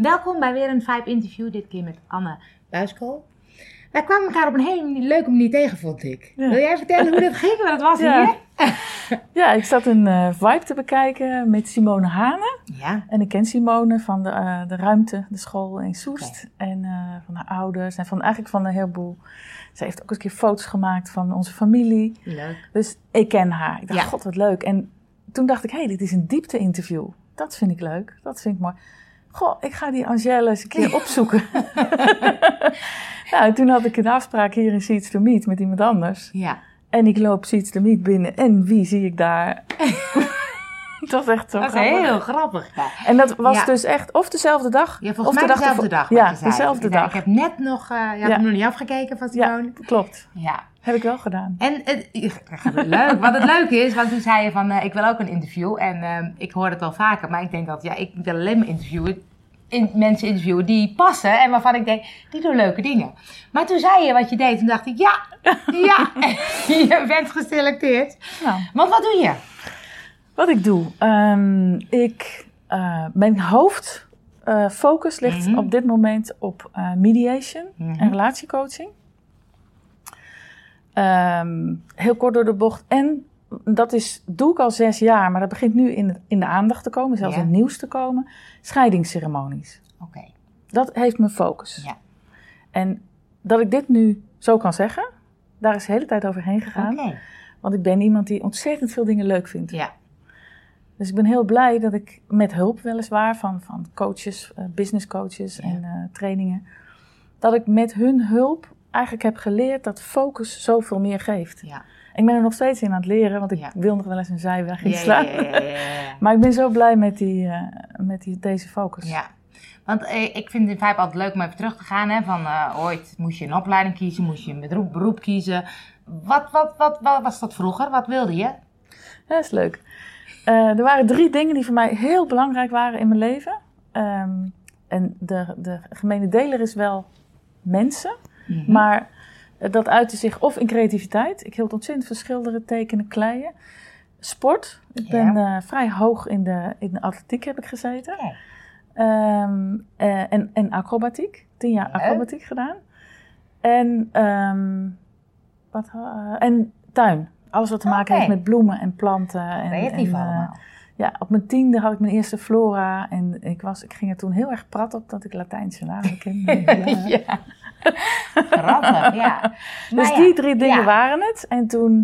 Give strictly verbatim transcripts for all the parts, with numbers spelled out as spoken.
Welkom bij weer een Vibe interview, dit keer met Anne Buiskool. Wij kwamen elkaar op een hele leuke manier tegen, vond ik. Ja. Wil jij vertellen hoe dat ging, wat het was ja. hier? Ja, ik zat een uh, Vibe te bekijken met Simone Hane. Ja. En ik ken Simone van de, uh, de ruimte, de school in Soest. Okay. En uh, van haar ouders en van, eigenlijk van een heleboel. Ze heeft ook eens een keer foto's gemaakt van onze familie. Leuk. Dus ik ken haar. Ik dacht, ja. god wat leuk. En toen dacht ik, hé, hey, dit is een diepte-interview. Dat vind ik leuk, dat vind ik mooi. Goh, ik ga die Angèle eens een keer opzoeken. Nou, toen had ik een afspraak hier in Seeds to Meet met iemand anders. Ja. En ik loop Seeds to Meet binnen en wie zie ik daar? Het was echt zo dat grappig. Dat is heel grappig. Ja. En dat was ja. dus echt of dezelfde dag. Ja, volgens of mij de dezelfde dag. dag. Ja, je zei. dezelfde ik, dag. Ik heb net nog, uh, je had ja. hem nog niet afgekeken van Simone. Ja, klopt. Ja. Heb ik wel gedaan. En het, leuk, wat het leuke is, want toen zei je van, uh, ik wil ook een interview. En uh, ik hoor het al vaker, maar ik denk dat, ja, ik wil alleen maar interviewen. In, mensen interviewen die passen en waarvan ik denk, die doen leuke dingen. Maar toen zei je wat je deed, toen dacht ik, ja, ja, je bent geselecteerd. Nou. Want wat doe je? Wat ik doe? Um, ik, uh, mijn hoofdfocus uh, ligt mm-hmm. op dit moment op uh, mediation mm-hmm. en relatiecoaching. Um, heel kort door de bocht. En dat is, doe ik al zes jaar, maar dat begint nu in de, in de aandacht te komen, zelfs ja. in het nieuws te komen. Scheidingsceremonies. Oké. Okay. Dat heeft mijn focus. Ja. En dat ik dit nu zo kan zeggen, daar is de hele tijd overheen gegaan. Okay. Want ik ben iemand die ontzettend veel dingen leuk vindt. Ja. Dus ik ben heel blij dat ik met hulp weliswaar van, van coaches, uh, business coaches ja. en uh, trainingen, dat ik met hun hulp eigenlijk heb geleerd dat focus zoveel meer geeft. Ja. Ik ben er nog steeds in aan het leren, want ik ja. wil nog wel eens een zijweg inslaan. Ja, ja, ja, ja, ja. Maar ik ben zo blij met, die, uh, met die, deze focus. Ja, want uh, ik vind het in Vibe altijd leuk om even terug te gaan. Hè, van uh, ooit moest je een opleiding kiezen, moest je een beroep, beroep kiezen. Wat, wat, wat, wat was dat vroeger? Wat wilde je? Ja, dat is leuk. Uh, er waren drie dingen die voor mij heel belangrijk waren in mijn leven. Um, en de, de gemene deler is wel mensen, mm-hmm. maar dat uitte zich of in creativiteit. Ik hield ontzettend van schilderen, tekenen, kleien. Sport. Ik ja. ben uh, vrij hoog in de, in de atletiek heb ik gezeten. Ja. Um, uh, en, en acrobatiek. Tien jaar ja. acrobatiek gedaan. En, um, wat, uh, en tuin. Alles wat te maken okay. heeft met bloemen en planten. En, Creatief en, uh, allemaal. Ja, op mijn tiende had ik mijn eerste flora. En ik, was, ik ging er toen heel erg prat op dat ik Latijnse namen kende. ja. ja. Grappig, ja. Dus ja, die drie dingen ja. waren het. En toen,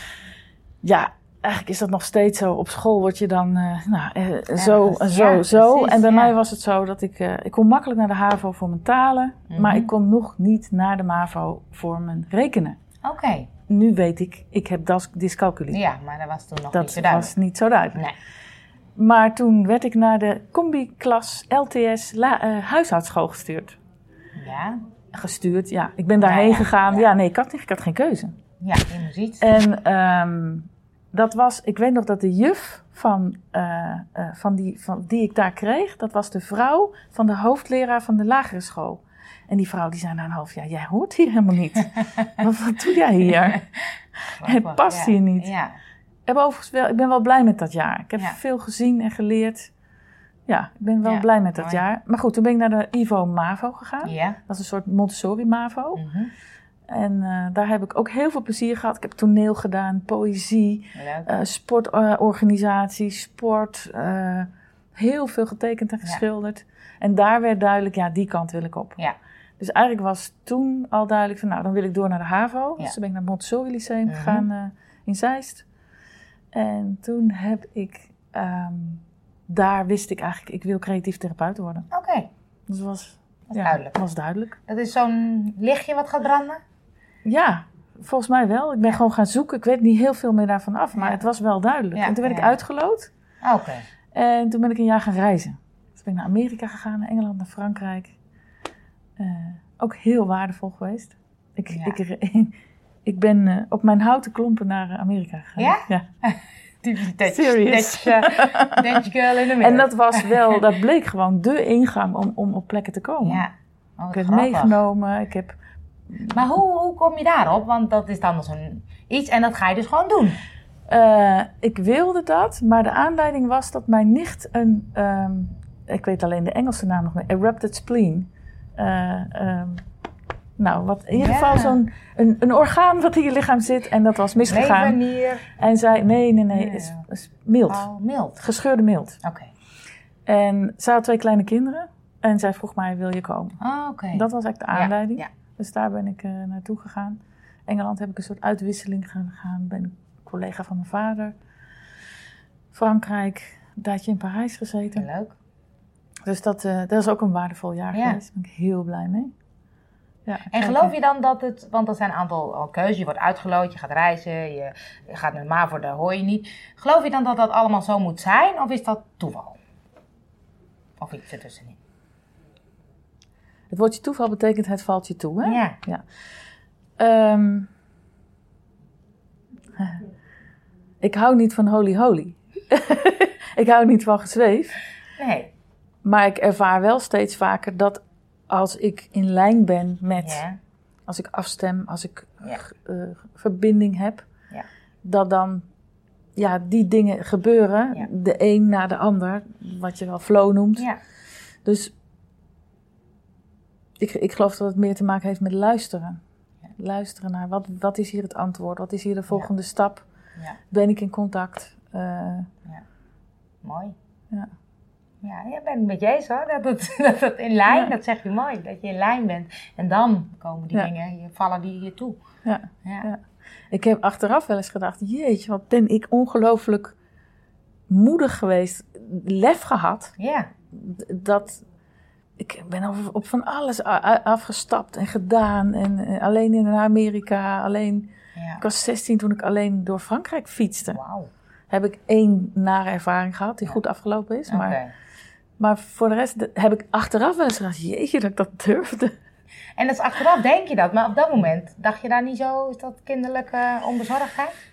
ja, eigenlijk is dat nog steeds zo. Op school word je dan, uh, nou, uh, zo, ja, zo, ja, zo. Precies, en bij ja. mij was het zo dat ik, uh, ik kon makkelijk naar de HAVO voor mijn talen. Mm-hmm. Maar ik kon nog niet naar de MAVO voor mijn rekenen. Oké. Okay. Nu weet ik, ik heb das, dyscalculie. Ja, maar dat was toen nog dat niet zo duidelijk. Dat was niet zo duidelijk. Nee. Maar toen werd ik naar de combi-klas L T S la, uh, huishoudschool gestuurd. Ja. Gestuurd, ja. Ik ben daarheen ja, ja, gegaan. Ja. ja, nee, ik had, ik had geen keuze. Ja, je moest iets. En um, dat was, ik weet nog dat de juf van, uh, uh, van, die, van die ik daar kreeg, dat was de vrouw van de hoofdleraar van de lagere school. En die vrouw die zei na een half jaar, jij hoort hier helemaal niet. wat, wat doe jij hier? Het past ja. hier niet. Ja. Ik, heb overigens wel, ik ben wel blij met dat jaar. Ik heb ja. veel gezien en geleerd. Ja, ik ben wel ja, blij met dat mooi. jaar. Maar goed, toen ben ik naar de I V O MAVO gegaan. Ja. Dat is een soort Montessori MAVO. Mm-hmm. En uh, daar heb ik ook heel veel plezier gehad. Ik heb toneel gedaan, poëzie, uh, sportorganisatie, uh, sport. Uh, heel veel getekend en geschilderd. Ja. En daar werd duidelijk, ja, die kant wil ik op. Ja. Dus eigenlijk was toen al duidelijk van, nou, dan wil ik door naar de HAVO. Ja. Dus toen ben ik naar het Montessori Lyceum mm-hmm. gegaan uh, in Zeist. En toen heb ik... Um, daar wist ik eigenlijk, ik wil creatief therapeut worden. Oké. Okay. Dus dat was, dat ja, duidelijk. was duidelijk. Dat is zo'n lichtje wat gaat branden? Ja, volgens mij wel. Ik ben ja. gewoon gaan zoeken. Ik weet niet heel veel meer daarvan af, maar ja. het was wel duidelijk. Ja, en toen werd ja. ik uitgeloot. Oké. Okay. En toen ben ik een jaar gaan reizen. Dus ben ik naar Amerika gegaan, naar Engeland, naar Frankrijk. Uh, ook heel waardevol geweest. Ik, ja. ik, ik ben uh, op mijn houten klompen naar Amerika gegaan. Ja? Ja. That's, Serious. That's, uh, that's girl in the mirror. En dat was wel, dat bleek gewoon de ingang om, om op plekken te komen. Ja. Oh, ik heb grappig. meegenomen, ik heb... Maar hoe, hoe kom je daarop? Want dat is dan zo'n iets en dat ga je dus gewoon doen. Uh, ik wilde dat, maar de aanleiding was dat mijn nicht een, um, ik weet alleen de Engelse naam nog meer, erupted spleen. Uh, um, nou, wat in ieder geval ja. zo'n een, een orgaan wat in je lichaam zit en dat was misgegaan. Levernier. En zij, nee, nee, nee, is, is mild. Oh, mild. Gescheurde mild. Oké. Okay. En ze had twee kleine kinderen en zij vroeg mij, wil je komen? Oh, oké. Okay. Dat was eigenlijk de aanleiding. Ja, ja. Dus daar ben ik uh, naartoe gegaan. Engeland heb ik een soort uitwisseling gegaan. Ben ik collega van mijn vader. Frankrijk, een tijdje in Parijs gezeten. Leuk. Dus dat, uh, dat is ook een waardevol jaar ja. geweest. Daar ben ik heel blij mee. Ja, en geloof je dan dat het, want er zijn een aantal keuzes, je wordt uitgeloot, je gaat reizen, je, je gaat naar MAVO, daar hoor je niet. Geloof je dan dat dat allemaal zo moet zijn of is dat toeval? Of iets ertussenin? Het woordje toeval betekent het valt je toe, hè? Ja. ja. Um, ik hou niet van holy holy. Ik hou niet van gezweef. Nee. Maar ik ervaar wel steeds vaker dat als ik in lijn ben met, ja. als ik afstem, als ik ja. uh, verbinding heb, ja. dat dan ja, die dingen gebeuren, ja. de een na de ander, wat je wel flow noemt. Ja. Dus ik, ik geloof dat het meer te maken heeft met luisteren. Ja. Luisteren naar wat, wat is hier het antwoord, wat is hier de volgende ja. stap, ja. ben ik in contact. Uh, ja. Mooi. Ja. Ja, ik ben het met je eens hoor. Dat het, dat het in lijn, ja. dat zeg je mooi, dat je in lijn bent. En dan komen die ja. dingen, je vallen die je toe. Ja. Ja. ja. Ik heb achteraf wel eens gedacht, jeetje, wat ben ik ongelooflijk moedig geweest, lef gehad. Ja. Dat, ik ben op, op van alles afgestapt en gedaan. En, en alleen in Amerika, alleen, ja. ik was zestien toen ik alleen door Frankrijk fietste. Wauw. Heb ik één nare ervaring gehad die ja. goed afgelopen is. Maar, okay. maar voor de rest heb ik achteraf wel eens gedacht, jeetje dat ik dat durfde. En dat is achteraf denk je dat, maar op dat moment dacht je daar niet zo, is dat kinderlijke onbezorgdheid?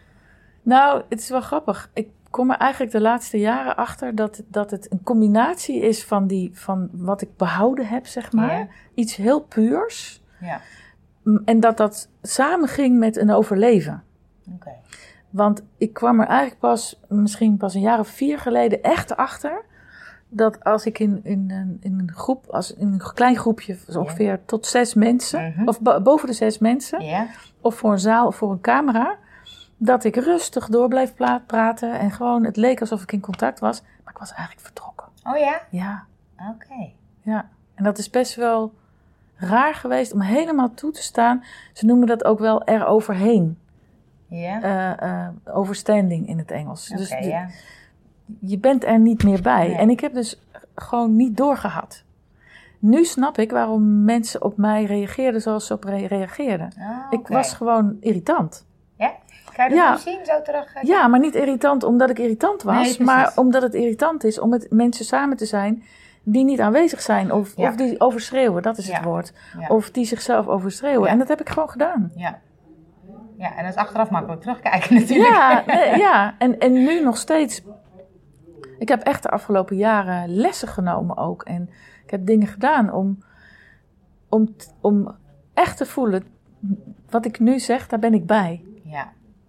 Nou, het is wel grappig. Ik kom er eigenlijk de laatste jaren achter dat, dat het een combinatie is van, die, van wat ik behouden heb, zeg maar. Ja. Iets heel puurs. Ja. En dat dat samenging met een overleven. Oké. Okay. Want ik kwam er eigenlijk pas, misschien pas een jaar of vier geleden echt achter, dat als ik in, in, in, in een groep, als in een klein groepje, zo ongeveer ja. tot zes mensen, mm-hmm. of bo- boven de zes mensen, ja. of voor een zaal of voor een camera, dat ik rustig door bleef pla- praten en gewoon, het leek alsof ik in contact was, maar ik was eigenlijk vertrokken. Oh ja? Ja. Oké. Okay. Ja, en dat is best wel raar geweest om helemaal toe te staan. Ze noemen dat ook wel eroverheen. Ja. Uh, uh, overstanding in het Engels. Okay, dus de, ja. je bent er niet meer bij. Nee. En ik heb dus gewoon niet doorgehad. Nu snap ik waarom mensen op mij reageerden zoals ze op re- reageerden. Oh, okay. Ik was gewoon irritant. Ja? Kan je dat ja. nu zien, zo terug? Ja, maar niet irritant omdat ik irritant was. Nee, maar omdat het irritant is om met mensen samen te zijn die niet aanwezig zijn. Of, ja. of die overschreeuwen, dat is ja. het woord. Ja. Of die zichzelf overschreeuwen. Ja. En dat heb ik gewoon gedaan. Ja. Ja, en dat is achteraf makkelijk terugkijken natuurlijk. Ja, nee, ja. En, en nu nog steeds. Ik heb echt de afgelopen jaren lessen genomen ook. En ik heb dingen gedaan om, om, om echt te voelen, wat ik nu zeg, daar ben ik bij. Ja.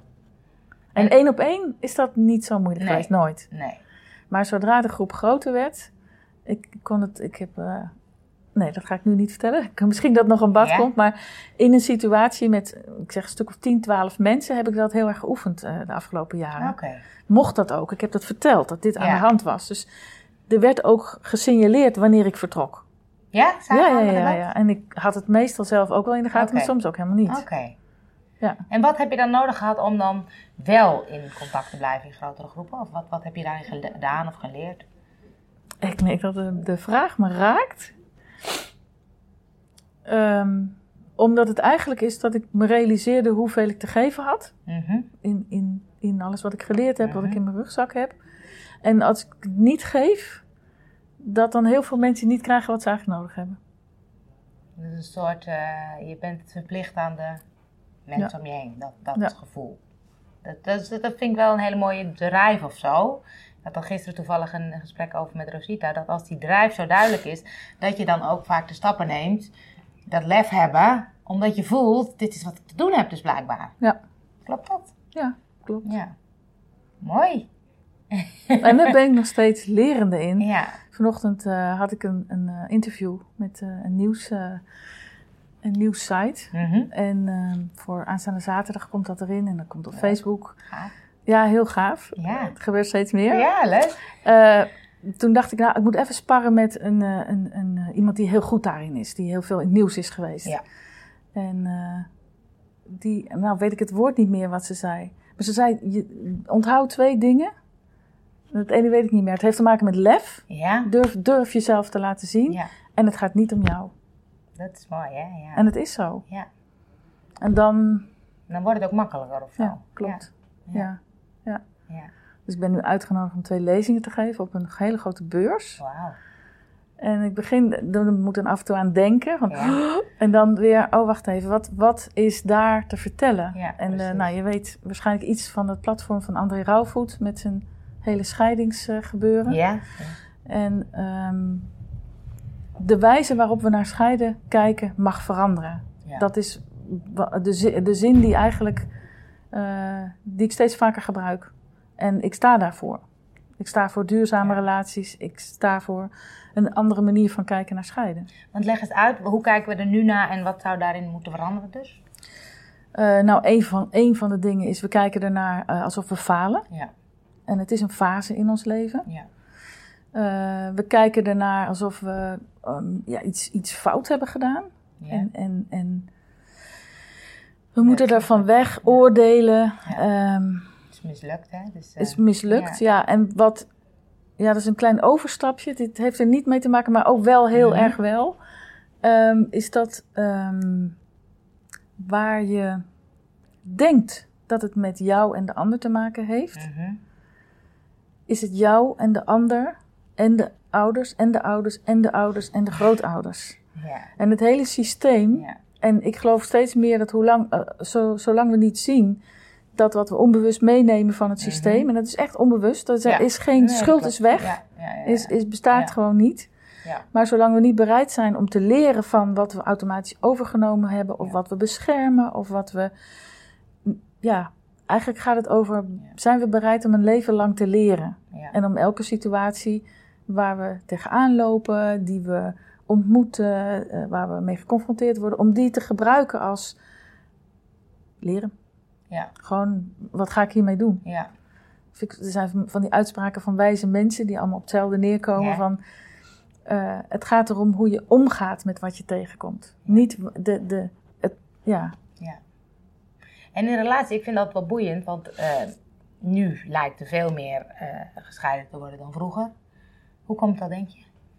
En, en één op één is dat niet zo moeilijk nee, geweest, nooit. Nee. Maar zodra de groep groter werd, ik kon het, ik heb... Uh, Nee, dat ga ik nu niet vertellen. Misschien dat nog een bad ja. komt. Maar in een situatie met, ik zeg een stuk of tien, twaalf mensen, heb ik dat heel erg geoefend uh, de afgelopen jaren. Okay. Mocht dat ook. Ik heb dat verteld, dat dit ja. aan de hand was. Dus er werd ook gesignaleerd wanneer ik vertrok. Ja? Ja, ja, ja, ja, ja. En ik had het meestal zelf ook wel in de gaten, okay. maar soms ook helemaal niet. Oké. Okay. Ja. En wat heb je dan nodig gehad om dan wel in contact te blijven in grotere groepen? Of wat, wat heb je daarin gedaan of geleerd? Ik denk dat de, de vraag me raakt. Um, omdat het eigenlijk is dat ik me realiseerde hoeveel ik te geven had. Mm-hmm. In, in, in alles wat ik geleerd heb, mm-hmm. wat ik in mijn rugzak heb. En als ik het niet geef, dat dan heel veel mensen niet krijgen wat ze eigenlijk nodig hebben. Dus een soort, uh, je bent verplicht aan de mensen ja. om je heen, dat, dat ja. gevoel. Dat, dat, dat vind ik wel een hele mooie drive of zo. Ik had al gisteren toevallig een gesprek over met Rosita, dat als die drive zo duidelijk is, dat je dan ook vaak de stappen neemt, dat lef hebben, omdat je voelt, dit is wat ik te doen heb dus blijkbaar. Ja. Klopt dat? Ja, klopt. Ja. Mooi. En daar ben ik nog steeds lerende in. Ja. Vanochtend uh, had ik een, een uh, interview met uh, een, nieuws, uh, een nieuwssite. Mm-hmm. En uh, voor aanstaande zaterdag komt dat erin en dat komt op ja. Facebook. Gaaf. Ja, heel gaaf. Ja. Het gebeurt steeds meer. Ja, leuk. Uh, toen dacht ik, nou, ik moet even sparren met een, uh, een, een, uh, iemand die heel goed daarin is. Die heel veel in het nieuws is geweest. Ja. En uh, die, nou weet ik het woord niet meer wat ze zei. Maar ze zei, je onthoud twee dingen. Het ene weet ik niet meer. Het heeft te maken met lef. Ja. Durf, durf jezelf te laten zien. Ja. En het gaat niet om jou. Dat is mooi, hè? Ja. En het is zo. Ja. En dan... Dan wordt het ook makkelijker of zo. Ja, klopt. Ja. Ja. Ja. Ja. Dus ik ben nu uitgenodigd om twee lezingen te geven op een hele grote beurs. Wauw. En ik begin, dan moet ik af en toe aan denken. Van, Ja. En dan weer, oh wacht even, wat, wat is daar te vertellen? Ja, en uh, nou, je weet waarschijnlijk iets van het platform van André Rauwvoet met zijn hele scheidingsgebeuren. Uh, ja. ja. En um, de wijze waarop we naar scheiden kijken mag veranderen. Ja. Dat is de, de zin die eigenlijk, uh, die ik steeds vaker gebruik. En ik sta daarvoor. Ik sta voor duurzame ja. relaties. Ik sta voor een andere manier van kijken naar scheiden. Want leg eens uit, hoe kijken we er nu naar en wat zou daarin moeten veranderen dus? Uh, nou, een van, een van de dingen is, we kijken ernaar uh, alsof we falen. Ja. En het is een fase in ons leven. Ja. Uh, we kijken ernaar alsof we um, ja, iets, iets fout hebben gedaan. Ja. En, en, en we moeten daarvan weg oordelen. Ja. Um, het is mislukt, hè? Dus, uh, is mislukt, ja. ja. En wat, ja, dat is een klein overstapje. Dit heeft er niet mee te maken, maar ook wel heel mm-hmm. erg wel. Um, is dat um, waar je denkt dat het met jou en de ander te maken heeft, mm-hmm. is het jou en de ander en de ouders en de ouders en de ouders en de grootouders. Ja. En het hele systeem, ja. en ik geloof steeds meer dat hoe lang, uh, zo, zolang we niet zien dat wat we onbewust meenemen van het systeem, mm-hmm. en dat is echt onbewust, dat ja. is geen nee, schuld is weg, ja. Ja, ja, ja. Is, is bestaat ja. gewoon niet. Ja. Maar zolang we niet bereid zijn om te leren van wat we automatisch overgenomen hebben, of ja. wat we beschermen, of wat we, ja, eigenlijk gaat het over, ja. zijn we bereid om een leven lang te leren? Ja. En om elke situatie waar we tegenaan lopen, die we ontmoeten, uh, waar we mee geconfronteerd worden, om die te gebruiken als leren. Ja. Gewoon, wat ga ik hiermee doen? Ja. Er zijn van die uitspraken van wijze mensen die allemaal op hetzelfde neerkomen. Ja. Van, uh, het gaat erom hoe je omgaat met wat je tegenkomt. Ja. Niet de, de, het, ja. ja. En in relatie, ik vind dat wel boeiend, want uh, nu lijkt er veel meer uh, gescheiden te worden dan vroeger. Hoe komt dat, denk je?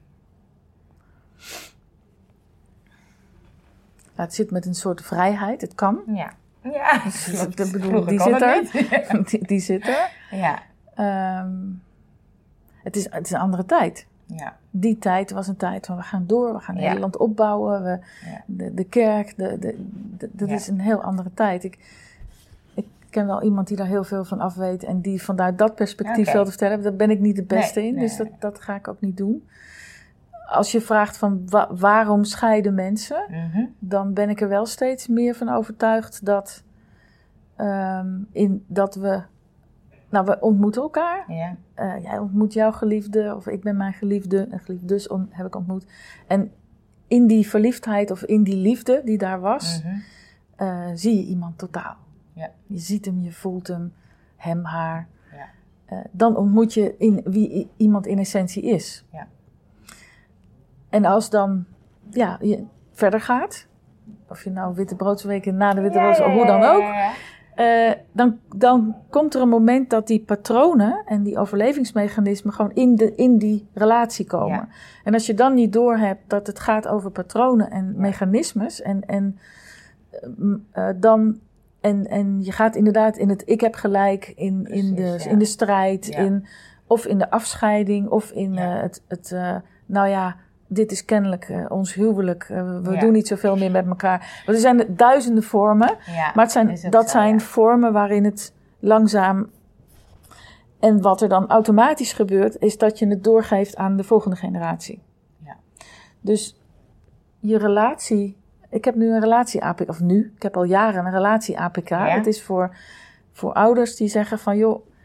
Ja, het zit met een soort vrijheid, het kan. Ja. Ja, dus, ik bedoel, die zit er. die, die zit er. Ja. Um, het, is, het is een andere tijd. Ja. Die tijd was een tijd van we gaan door, we gaan ja. Nederland opbouwen, we, ja. de, de kerk, de, de, de, dat ja. is een heel andere tijd. Ik, ik ken wel iemand die daar heel veel van af weet en die vanuit dat perspectief okay. veel te vertellen heeft. Daar ben ik niet de beste nee, in, nee, dus dat, dat ga ik ook niet doen. Als je vraagt van wa- waarom scheiden mensen, mm-hmm. dan ben ik er wel steeds meer van overtuigd dat, um, in, dat we, nou we ontmoeten elkaar. Yeah. Uh, jij ontmoet jouw geliefde of ik ben mijn geliefde en geliefdes on, heb ik ontmoet. En in die verliefdheid of in die liefde die daar was, mm-hmm. uh, zie je iemand totaal. Yeah. Je ziet hem, je voelt hem, hem, haar. Yeah. Uh, dan ontmoet je in wie i- iemand in essentie is. Yeah. En als dan ja, je verder gaat, of je nou witte broodsweken na de witte ja, brood, ja, of hoe dan ook, ja, ja, ja. Uh, dan, dan komt er een moment dat die patronen en die overlevingsmechanismen gewoon in, de, in die relatie komen. Ja. En als je dan niet doorhebt dat het gaat over patronen en ja. mechanismes, en, en, uh, dan, en, en je gaat inderdaad in het ik heb gelijk, in, Precies, in, de, ja. in de strijd, ja. in, of in de afscheiding, of in ja. uh, het, het uh, nou ja, dit is kennelijk uh, ons huwelijk. Uh, we ja. doen niet zoveel meer met elkaar. Want er zijn duizenden vormen. Ja, maar het zijn, het dat zo, zijn ja. vormen waarin het langzaam... En wat er dan automatisch gebeurt, is dat je het doorgeeft aan de volgende generatie. Ja. Dus je relatie... Ik heb nu een relatie-A P K, of nu, ik heb al jaren een relatie-A P K. Ja. Het is voor, voor ouders die zeggen van, joh,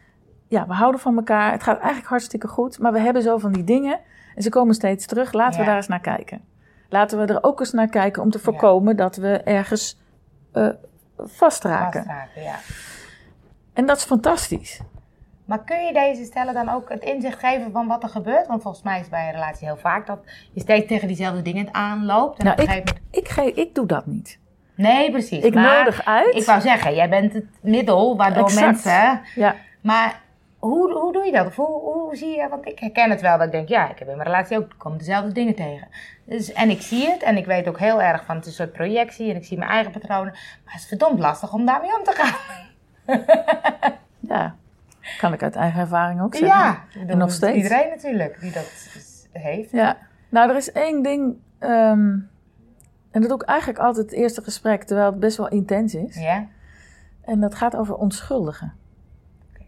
ja, we houden van elkaar. Het gaat eigenlijk hartstikke goed. Maar we hebben zo van die dingen. En ze komen steeds terug. Laten ja. we daar eens naar kijken. Laten we er ook eens naar kijken om te voorkomen ja. dat we ergens uh, vastraken. Vastraken, ja. En dat is fantastisch. Maar kun je deze stellen dan ook het inzicht geven van wat er gebeurt? Want volgens mij is bij een relatie heel vaak dat je steeds tegen diezelfde dingen aanloopt. En nou, op ik, gegeven moment... ik, ge- ik doe dat niet. Nee, precies. Ik maar nodig uit. Ik wou zeggen, jij bent het middel waardoor exact. mensen... Ja. Maar hoe, hoe doe je dat? Of hoe, hoe zie je... Want ik herken het wel dat ik denk, ja, ik heb in mijn relatie ook... komen dezelfde dingen tegen. Dus, en ik zie het. En ik weet ook heel erg van het is een soort projectie. En ik zie mijn eigen patronen. Maar het is verdomd lastig om daarmee om te gaan. Ja. Kan ik uit eigen ervaring ook zeggen. Ja, en nog steeds. Iedereen natuurlijk die dat heeft. Ja, nou er is één ding, um, en dat doe ik eigenlijk altijd het eerste gesprek, terwijl het best wel intens is. Ja. En dat gaat over onschuldigen. Okay.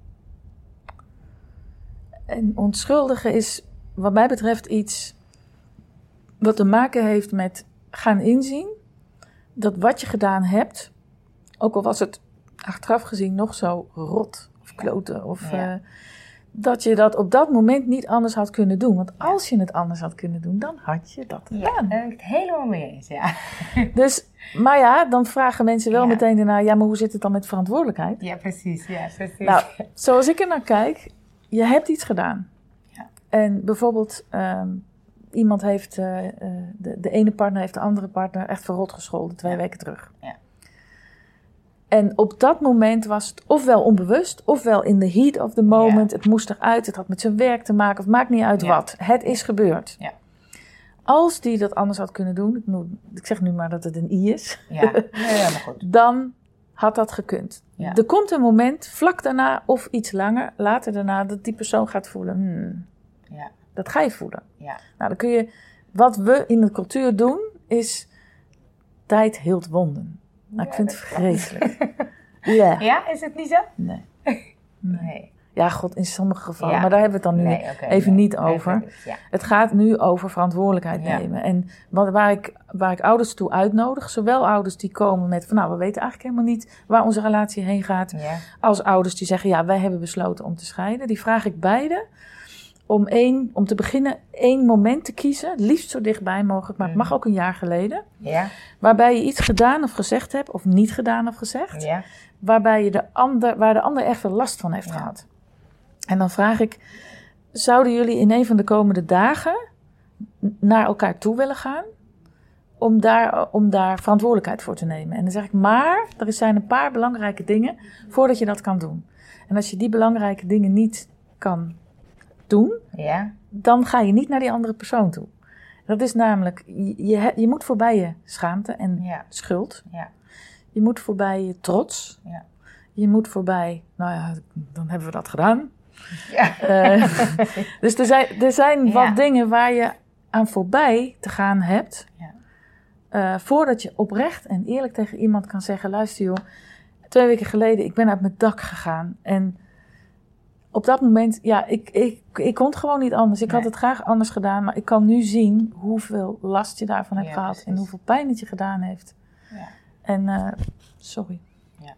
En onschuldigen is wat mij betreft iets wat te maken heeft met gaan inzien dat wat je gedaan hebt, ook al was het achteraf gezien nog zo rot of kloten, of ja. uh, dat je dat op dat moment niet anders had kunnen doen. Want als je het anders had kunnen doen, dan had je dat gedaan. Ja, daar ben ik het helemaal mee eens, ja. Dus, maar ja, dan vragen mensen wel ja. meteen daarna, ja, maar hoe zit het dan met verantwoordelijkheid? Ja, precies, ja, precies. Nou, zoals ik er naar kijk, je hebt iets gedaan. Ja. En bijvoorbeeld, um, iemand heeft, uh, uh, de, de ene partner heeft de andere partner echt verrot gescholden, twee ja. weken terug. Ja. En op dat moment was het ofwel onbewust, ofwel in the heat of the moment. Ja. Het moest eruit, het had met zijn werk te maken, of het maakt niet uit ja. wat. Het is gebeurd. Ja. Als die dat anders had kunnen doen, ik, noem, ik zeg nu maar dat het een i is, ja. Ja, ja, maar goed. Dan had dat gekund. Ja. Er komt een moment, vlak daarna of iets langer, later daarna, dat die persoon gaat voelen. Hmm, ja. Dat ga je voelen. Ja. Nou, dan kun je, wat we in de cultuur doen, is tijd heelt wonden. Nou, ja, ik vind het vreselijk. Ja. Ja, is het niet zo? Nee. nee. nee. Ja, god, in sommige gevallen. Ja. Maar daar hebben we het dan nu nee, okay, even nee. niet over. Nee, dus, ja. Het gaat nu over verantwoordelijkheid ja. nemen. En wat, waar, ik, waar ik ouders toe uitnodig, zowel ouders die komen met van nou, we weten eigenlijk helemaal niet waar onze relatie heen gaat. Ja. Als ouders die zeggen, ja, wij hebben besloten om te scheiden. Die vraag ik beide om één, om te beginnen één moment te kiezen. Het liefst zo dichtbij mogelijk, maar het mag ook een jaar geleden. Ja. Waarbij je iets gedaan of gezegd hebt, of niet gedaan of gezegd. Ja. Waarbij je de ander, waar de ander echt veel last van heeft ja. gehad. En dan vraag ik, zouden jullie in een van de komende dagen naar elkaar toe willen gaan? Om daar, om daar verantwoordelijkheid voor te nemen. En dan zeg ik, maar er zijn een paar belangrijke dingen voordat je dat kan doen. En als je die belangrijke dingen niet kan doen, ja. dan ga je niet naar die andere persoon toe. Dat is namelijk, je, je, je moet voorbij je schaamte en ja. schuld. Ja. Je moet voorbij je trots. Ja. Je moet voorbij, nou ja, dan hebben we dat gedaan. Ja. Uh, dus er zijn, er zijn ja. wat dingen waar je aan voorbij te gaan hebt. Ja. Uh, voordat je oprecht en eerlijk tegen iemand kan zeggen, luister joh, twee weken geleden, ik ben uit mijn dak gegaan. En op dat moment, ja, ik, ik, ik kon het gewoon niet anders. Ik nee. had het graag anders gedaan, maar ik kan nu zien hoeveel last je daarvan hebt ja, gehad. Precies. En hoeveel pijn het je gedaan heeft. Ja. En, uh, sorry. Ja.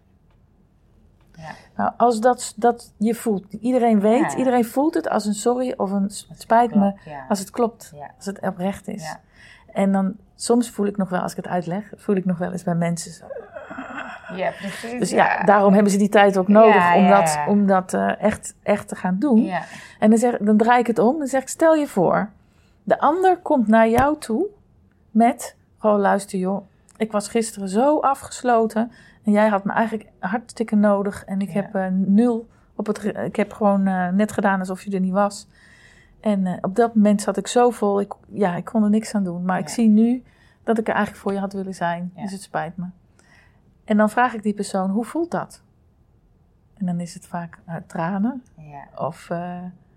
Ja. Nou, als dat, dat je voelt, iedereen weet, ja. iedereen voelt het als een sorry of een spijt me, ja. als het klopt, ja. als het oprecht is. Ja. En dan, soms voel ik nog wel, als ik het uitleg, voel ik nog wel eens bij mensen zo. Ja, precies. Dus ja, ja, daarom hebben ze die tijd ook nodig ja, om ja, dat, ja. om dat uh, echt, echt te gaan doen. Ja. En dan, zeg, dan draai ik het om, dan zeg ik, stel je voor, de ander komt naar jou toe met, gewoon luister joh, ik was gisteren zo afgesloten en jij had me eigenlijk hartstikke nodig en ik ja. heb uh, nul op het, ik heb gewoon uh, net gedaan alsof je er niet was. En uh, op dat moment zat ik zo vol, ik, ja, ik kon er niks aan doen, maar ja. ik zie nu dat ik er eigenlijk voor je had willen zijn, ja. dus het spijt me. En dan vraag ik die persoon, hoe voelt dat? En dan is het vaak uh, tranen. Ja. Of, uh,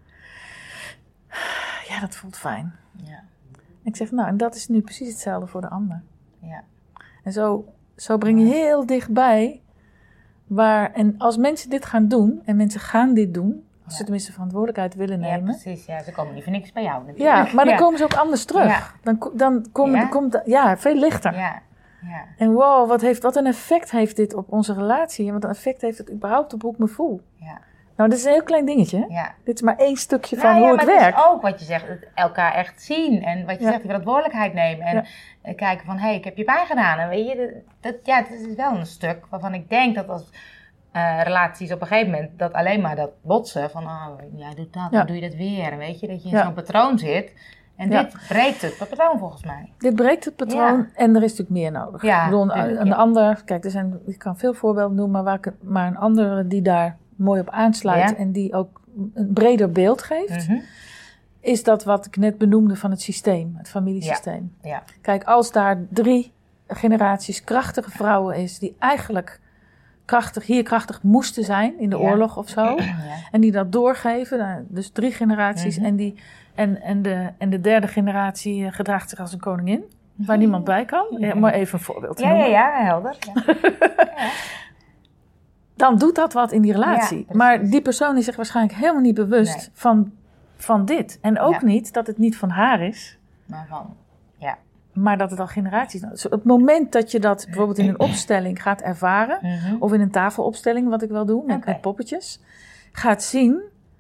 ja, dat voelt fijn. Ja. Ik zeg, nou, en dat is nu precies hetzelfde voor de ander. Ja. En zo, zo breng je heel dichtbij waar, en als mensen dit gaan doen, en mensen gaan dit doen, als ja. ze tenminste verantwoordelijkheid willen nemen. Ja, precies. Ja, ze komen niet voor niks bij jou natuurlijk. Ja, maar dan ja. komen ze ook anders terug. Ja. Dan, dan kom, ja. komt, ja, veel lichter. Ja. Ja. En wow, wat, heeft, wat een effect heeft dit op onze relatie. En wat een effect heeft het überhaupt op hoe ik me voel. Ja. Nou, dit is een heel klein dingetje. Hè? Ja. Dit is maar één stukje Nou, van ja, hoe maar het werkt. Het is ook wat je zegt, het elkaar echt zien. En wat je Ja. zegt, die verantwoordelijkheid nemen. En ja. kijken van, hé, hey, ik heb je pijn gedaan. En weet je, dat, dat, ja, het is wel een stuk waarvan ik denk dat als uh, relaties op een gegeven moment... dat alleen maar dat botsen van, oh, jij doet dat, ja. dan doe je dat weer. En weet je, dat je in ja. zo'n patroon zit... En ja. dit breekt het patroon volgens mij. Dit breekt het patroon ja. en er is natuurlijk meer nodig. Ja, ik bedoel, een, een ja. ander, kijk, er zijn, ik kan veel voorbeelden noemen, maar, waar ik, maar een andere die daar mooi op aansluit ja. en die ook een breder beeld geeft, mm-hmm. is dat wat ik net benoemde van het systeem, het familiesysteem. Ja. Ja. Kijk, als daar drie generaties krachtige vrouwen is die eigenlijk krachtig, hier krachtig moesten zijn in de ja. oorlog of zo, ja. en die dat doorgeven, nou, dus drie generaties mm-hmm. en die... En, en, de, en de derde generatie gedraagt zich als een koningin, waar niemand bij kan. Ja, maar even een voorbeeld te ja, noemen. Ja, ja, helder. Ja. ja. Dan doet dat wat in die relatie. Ja, maar die persoon is zich waarschijnlijk helemaal niet bewust nee. van, van dit. En ook ja. niet dat het niet van haar is. Maar van, ja. Maar dat het al generaties is. Dus op het moment dat je dat bijvoorbeeld in een opstelling gaat ervaren, mm-hmm. of in een tafelopstelling, wat ik wel doe, met, okay. met poppetjes, gaat zien,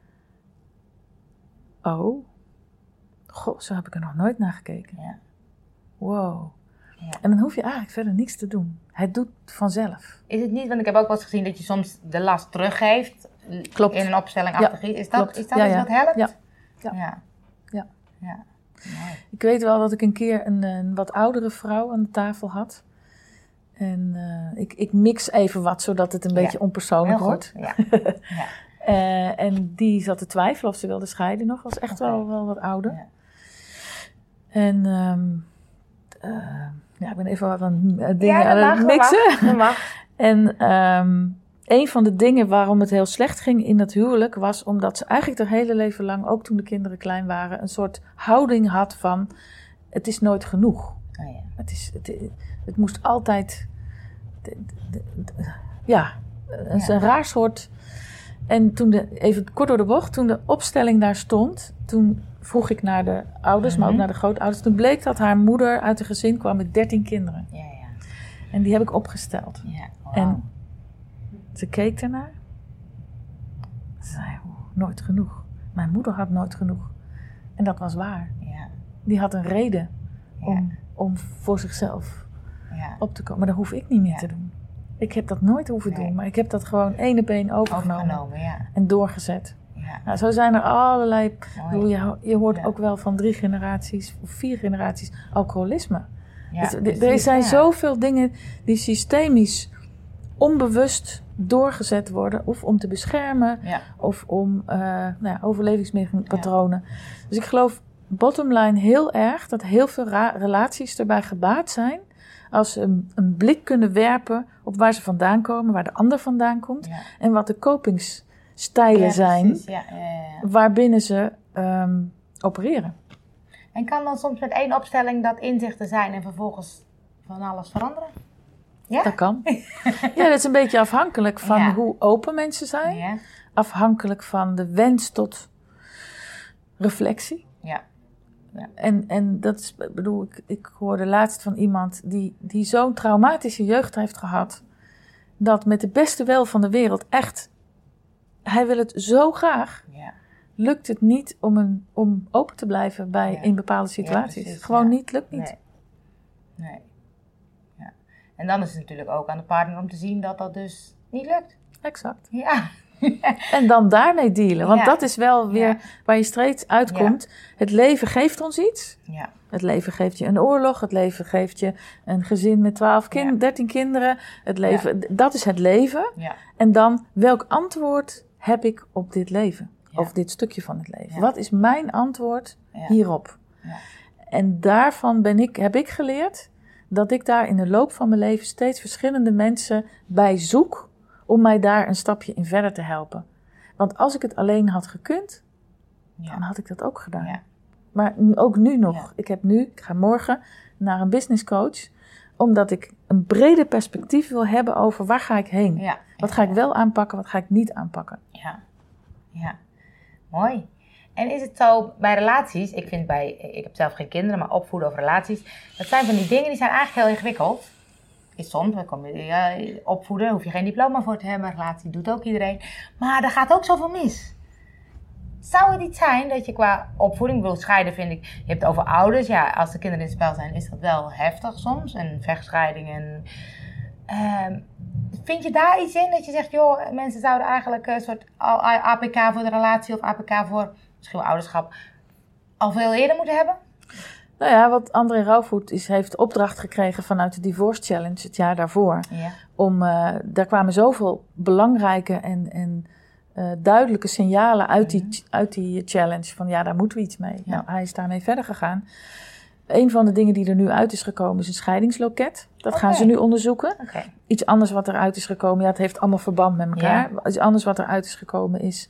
oh... Goh, zo heb ik er nog nooit naar gekeken. Ja. Wow. Ja. En dan hoef je eigenlijk verder niks te doen. Het doet vanzelf. Is het niet, want ik heb ook wel eens gezien dat je soms de last teruggeeft. Klopt. In een opstelling achter ja, is dat, is dat ja, iets ja. wat helpt? Ja. Ja. ja. ja. ja. Nee. Ik weet wel dat ik een keer een, een wat oudere vrouw aan de tafel had. En uh, ik, ik mix even wat, zodat het een ja. beetje onpersoonlijk wordt. Ja. ja. Uh, en die zat te twijfelen of ze wilde scheiden nog. Was echt okay. wel, wel wat ouder. Ja. En um, uh, ja, ik ben even wat aan uh, dingen ja, aan mag, het mixen. Dat mag. En um, een van de dingen waarom het heel slecht ging in dat huwelijk was omdat ze eigenlijk haar hele leven lang, ook toen de kinderen klein waren, een soort houding had van het is nooit genoeg. Oh ja. Het, is, het, het moest altijd, de, de, de, ja, het is ja. een raar soort. En toen de, even kort door de bocht, toen de opstelling daar stond, toen vroeg ik naar de ouders, mm-hmm. maar ook naar de grootouders. Toen bleek dat haar moeder uit een gezin kwam met dertien kinderen. Ja, ja. En die heb ik opgesteld. Ja, wow. En ze keek ernaar. Ze zei, oh, nooit genoeg. Mijn moeder had nooit genoeg. En dat was waar. Ja. Die had een reden ja. om, om voor zichzelf ja. op te komen. Maar dat hoef ik niet meer ja. te doen. Ik heb dat nooit hoeven nee. doen, maar ik heb dat gewoon één op één overgenomen, overgenomen ja. en doorgezet. Ja. Nou, zo zijn er allerlei, bedoel, je, je hoort ja. ook wel van drie generaties of vier generaties alcoholisme. Ja, dus, precies, er zijn ja. zoveel dingen die systemisch onbewust doorgezet worden, of om te beschermen, ja. of om uh, nou ja, overlevingspatronen. Ja. Dus ik geloof bottom line heel erg dat heel veel ra- relaties erbij gebaat zijn als ze een, een blik kunnen werpen op waar ze vandaan komen, waar de ander vandaan komt, ja. en wat de kopingsstijlen ja, zijn, ja, ja, ja, ja. waarbinnen ze um, opereren. En kan dan soms met één opstelling dat inzichten zijn en vervolgens van alles veranderen? Ja? Dat kan. Ja, dat is een beetje afhankelijk van ja. hoe open mensen zijn. Ja. Afhankelijk van de wens tot reflectie. Ja. Ja. En, en dat is, bedoel, ik, ik hoorde laatst van iemand die, die zo'n traumatische jeugd heeft gehad, dat met de beste wil van de wereld echt, hij wil het zo graag, ja. lukt het niet om, een, om open te blijven bij ja. in bepaalde situaties. Ja, precies, Gewoon ja. niet, lukt niet. Nee. nee. Ja. En dan is het natuurlijk ook aan de partner om te zien dat dat dus niet lukt. Exact. Ja. En dan daarmee dealen. Want ja. dat is wel weer ja. waar je steeds uitkomt. Ja. Het leven geeft ons iets. Ja. Het leven geeft je een oorlog. Het leven geeft je een gezin met twaalf kind, ja. dertien kinderen. Het leven, ja. Dat is het leven. Ja. En dan, welk antwoord heb ik op dit leven? Ja. Of dit stukje van het leven? Ja. Wat is mijn antwoord ja. hierop? Ja. En daarvan ben ik, heb ik geleerd dat ik daar in de loop van mijn leven steeds verschillende mensen bij zoek om mij daar een stapje in verder te helpen. Want als ik het alleen had gekund, ja. dan had ik dat ook gedaan. Ja. Maar ook nu nog. Ja. Ik heb nu, ik ga morgen naar een business coach, omdat ik een breder perspectief wil hebben over waar ga ik heen. Ja. Wat ga ik wel aanpakken, wat ga ik niet aanpakken. Ja, ja. Mooi. En is het zo bij relaties, ik vind bij, ik heb zelf geen kinderen, maar opvoeden of relaties, dat zijn van die dingen die zijn eigenlijk heel ingewikkeld. is soms, dan kom je uh, opvoeden, hoef je geen diploma voor te hebben. Relatie doet ook iedereen. Maar er gaat ook zoveel mis. Zou het iets zijn dat je qua opvoeding, ik bedoel, scheiden vind ik, je hebt het over ouders. Ja, als de kinderen in het spel zijn, is dat wel heftig soms. En vechtscheiding en... Uh, vind je daar iets in dat je zegt, joh, mensen zouden eigenlijk een soort A P K voor de relatie of A P K voor misschien wel ouderschap al veel eerder moeten hebben? Nou ja, wat André Rauwvoet is, heeft de opdracht gekregen vanuit de Divorce Challenge het jaar daarvoor. Ja. Om, uh, daar kwamen zoveel belangrijke en, en uh, duidelijke signalen uit die, mm-hmm. uit die challenge. Van ja, daar moeten we iets mee. Ja. Nou, hij is daarmee verder gegaan. Een van de dingen die er nu uit is gekomen is een scheidingsloket. Dat okay. gaan ze nu onderzoeken. Okay. Iets anders wat eruit is gekomen, ja, het heeft allemaal verband met elkaar. Ja. Iets anders wat eruit is gekomen is...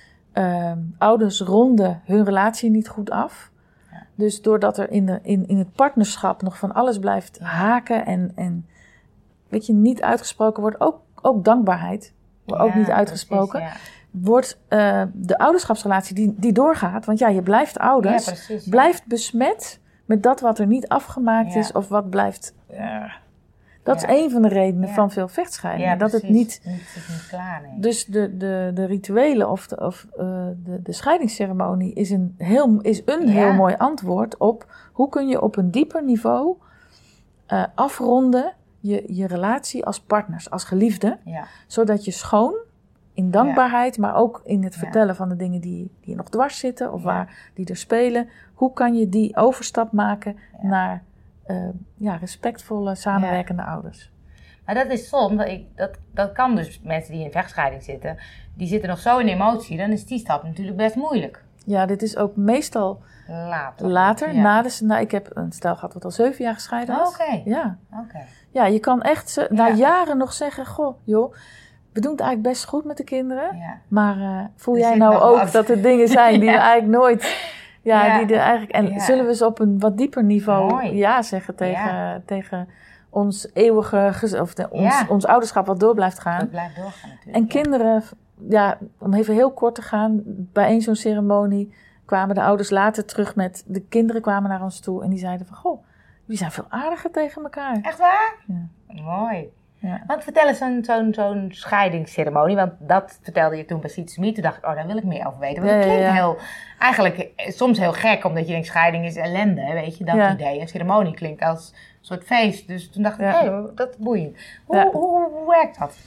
Uh, ouders ronden hun relatie niet goed af. Ja. Dus doordat er in, de, in, in het partnerschap nog van alles blijft haken... en, en weet je, niet uitgesproken wordt, ook, ook dankbaarheid wordt ja, ook niet uitgesproken... Precies, ja. wordt uh, de ouderschapsrelatie die, die doorgaat... want ja, je blijft ouders, ja, precies, ja. blijft besmet... met dat wat er niet afgemaakt ja. is of wat blijft... Uh, dat ja. is een van de redenen ja. van veel vechtscheidingen. Ja, dat het niet... niet, het niet klaar, nee. Dus de, de, de rituelen of, de, of uh, de, de scheidingsceremonie is een, heel, is een ja. heel mooi antwoord op... hoe kun je op een dieper niveau uh, afronden je, je relatie als partners, als geliefden. Ja. Zodat je schoon, in dankbaarheid, ja. maar ook in het vertellen ja. van de dingen die, die nog dwars zitten... of ja. waar die er spelen. Hoe kan je die overstap maken ja. naar... Uh, ja, respectvolle, samenwerkende ja. ouders. Maar dat is soms, dat, ik, dat, dat kan dus mensen die in vechtscheiding zitten, die zitten nog zo in emotie, dan is die stap natuurlijk best moeilijk. Ja, dit is ook meestal later. later ja. na de, nou, ik heb een stel gehad wat al zeven jaar gescheiden was. Oh, Oké. Okay. Ja. Okay. ja, je kan echt ze, na ja. jaren nog zeggen, goh, joh, we doen het eigenlijk best goed met de kinderen, ja. maar uh, voel er jij nou ook wat. Dat er dingen zijn die ja. we eigenlijk nooit... Ja, ja, die er eigenlijk. En ja. zullen we eens op een wat dieper niveau Mooi. ja zeggen tegen, ja. tegen ons eeuwige, of de, ons, ja. ons ouderschap wat door blijft gaan. Dat blijft doorgaan natuurlijk. En kinderen, ja, om even heel kort te gaan, bij een zo'n ceremonie kwamen de ouders later terug met, de kinderen kwamen naar ons toe en die zeiden van, goh, jullie zijn veel aardiger tegen elkaar. Echt waar? Ja. Mooi. Ja. Want vertel eens zo'n, zo'n, zo'n scheidingsceremonie, want dat vertelde je toen bij Siets Me. Toen dacht ik, oh, daar wil ik meer over weten. Want het klinkt ja, ja. heel, eigenlijk soms heel gek, omdat je denkt, scheiding is ellende, weet je, dat ja. idee. Een ceremonie klinkt als een soort feest. Dus toen dacht ik, hé, ja. hey, dat is boeiend. Hoe, ja. hoe, hoe, hoe werkt dat?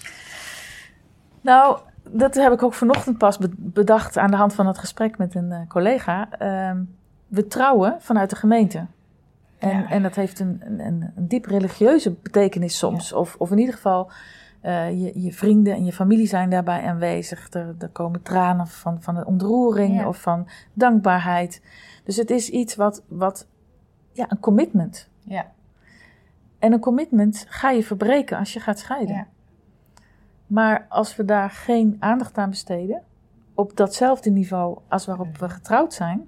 Nou, dat heb ik ook vanochtend pas bedacht aan de hand van het gesprek met een uh, collega. Uh, we trouwen vanuit de gemeente. En, ja. en dat heeft een, een, een diep religieuze betekenis soms. Ja. Of, of in ieder geval, uh, je, je vrienden en je familie zijn daarbij aanwezig. Er, er komen tranen van, van een ontroering ja. of van dankbaarheid. Dus het is iets wat, wat ja, een commitment. Ja. En een commitment ga je verbreken als je gaat scheiden. Ja. Maar als we daar geen aandacht aan besteden, op datzelfde niveau als waarop we getrouwd zijn,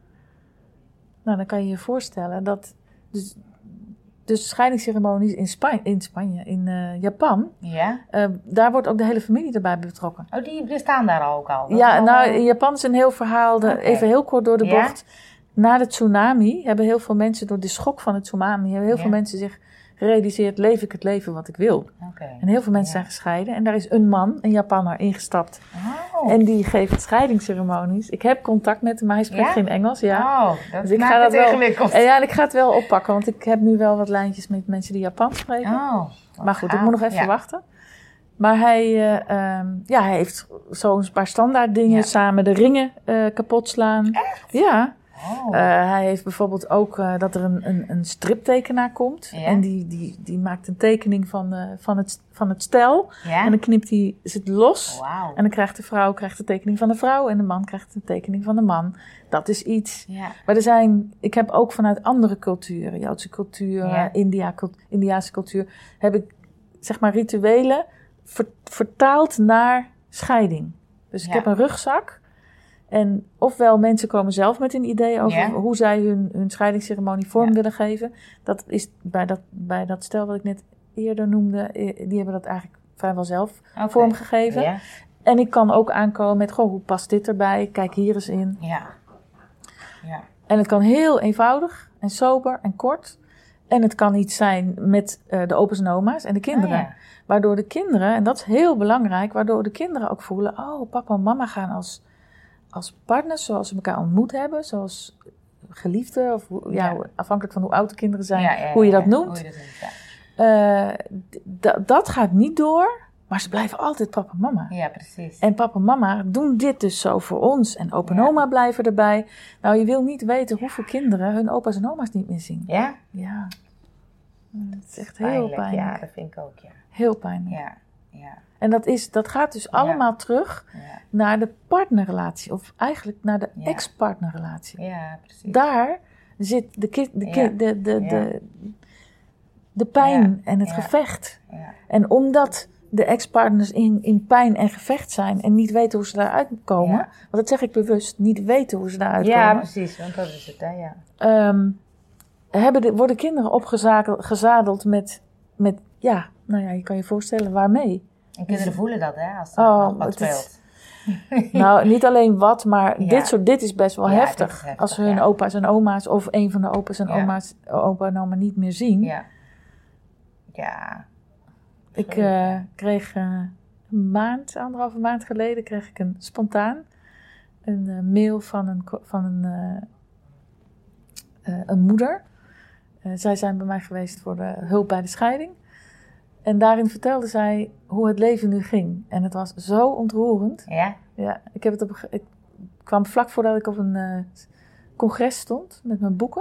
nou, dan kan je je voorstellen dat dus, dus scheidingsceremonies in, Spa- in Spanje, in uh, Japan, ja. uh, daar wordt ook de hele familie erbij betrokken. Oh, die bestaan daar ook al? Dat ja, al nou, al... in Japan is een heel verhaal, de, okay. even heel kort door de ja? bocht. Na de tsunami hebben heel veel mensen, door de schok van het tsunami, hebben heel ja. veel mensen zich gerealiseerd, leef ik het leven wat ik wil. Okay. En heel veel mensen ja. zijn gescheiden. En daar is een man, een Japanner, ingestapt. Oh. En die geeft scheidingsceremonies. Ik heb contact met hem, maar hij spreekt ja? geen Engels. Ja. Oh, dat dus ik maakt ga het dat wel, ingewikkeld. en ja, en ik ga het wel oppakken, want ik heb nu wel wat lijntjes met mensen die Japans spreken. Oh, maar goed, gaaf. ik moet nog even ja. wachten. Maar hij, uh, um, ja, hij heeft zo'n paar standaard dingen. Ja. Samen de ringen uh, kapot slaan. Echt? Ja. Oh. Uh, hij heeft bijvoorbeeld ook uh, dat er een, een, een striptekenaar komt. Ja. En die, die, die maakt een tekening van, uh, van, het, van het stel. Ja. En dan knipt hij het los. Wow. En dan krijgt de vrouw krijgt de tekening van de vrouw. En de man krijgt de tekening van de man. Dat is iets. Ja. Maar er zijn, ik heb ook vanuit andere culturen, Joodse cultuur, ja. India, Indiase cultuur, heb ik zeg maar rituelen ver, vertaald naar scheiding. Dus ik ja. heb een rugzak. En ofwel mensen komen zelf met een idee over yeah. hoe zij hun, hun scheidingsceremonie vorm yeah. willen geven. Dat is bij dat, bij dat stel wat ik net eerder noemde, die hebben dat eigenlijk vrijwel zelf okay. vormgegeven. Yeah. En ik kan ook aankomen met, goh, hoe past dit erbij? Kijk hier eens in. Ja. Ja. En het kan heel eenvoudig en sober en kort. En het kan iets zijn met uh, de opa's en oma's en de kinderen. Oh, ja. Waardoor de kinderen, en dat is heel belangrijk, waardoor de kinderen ook voelen, oh, papa en mama gaan als, als partners, zoals ze elkaar ontmoet hebben, zoals geliefden, of ja, ja. afhankelijk van hoe oud de kinderen zijn, ja, ja, hoe je dat ja, noemt. Hoe je dat noemt ja. uh, d- dat gaat niet door, maar ze blijven altijd papa en mama. Ja, precies. En papa en mama doen dit dus zo voor ons. En opa en ja. oma blijven erbij. Nou, je wil niet weten hoeveel kinderen hun opa's en oma's niet meer zien. Ja? Ja. Dat is echt heel pijnlijk. pijnlijk. Ja, dat vind ik ook, ja. Heel pijnlijk. Ja, ja. En dat, is, dat gaat dus allemaal ja. terug ja. naar de partnerrelatie. Of eigenlijk naar de ja. ex-partnerrelatie. Ja, precies. Daar zit de, ki- de, ki- ja. de, de, ja. de, de pijn ja. en het ja. gevecht. Ja. En omdat de ex-partners in, in pijn en gevecht zijn en niet weten hoe ze daaruit komen. Ja. Want dat zeg ik bewust, niet weten hoe ze daaruit komen. Ja, precies, want dat is het, hè, ja. Um, hebben de, worden kinderen opgezadeld met, met, ja, nou ja, je kan je voorstellen waarmee. En kinderen dus, voelen dat, hè, als er oh, nog wat speelt. Is, nou, niet alleen wat, maar ja. dit soort, dit is best wel ja, heftig. Is heftig. Als hun ja. opa's en oma's of een van de opa's en ja. oma's, opa en oma niet meer zien. Ja. Ja. Ik uh, kreeg uh, een maand, anderhalve maand geleden, kreeg ik een spontaan een uh, mail van een, van een, uh, uh, een moeder. Uh, zij zijn bij mij geweest voor de hulp bij de scheiding. En daarin vertelde zij hoe het leven nu ging. En het was zo ontroerend. Ja? Ja, ik, heb het op, ik kwam vlak voordat ik op een uh, congres stond met mijn boeken.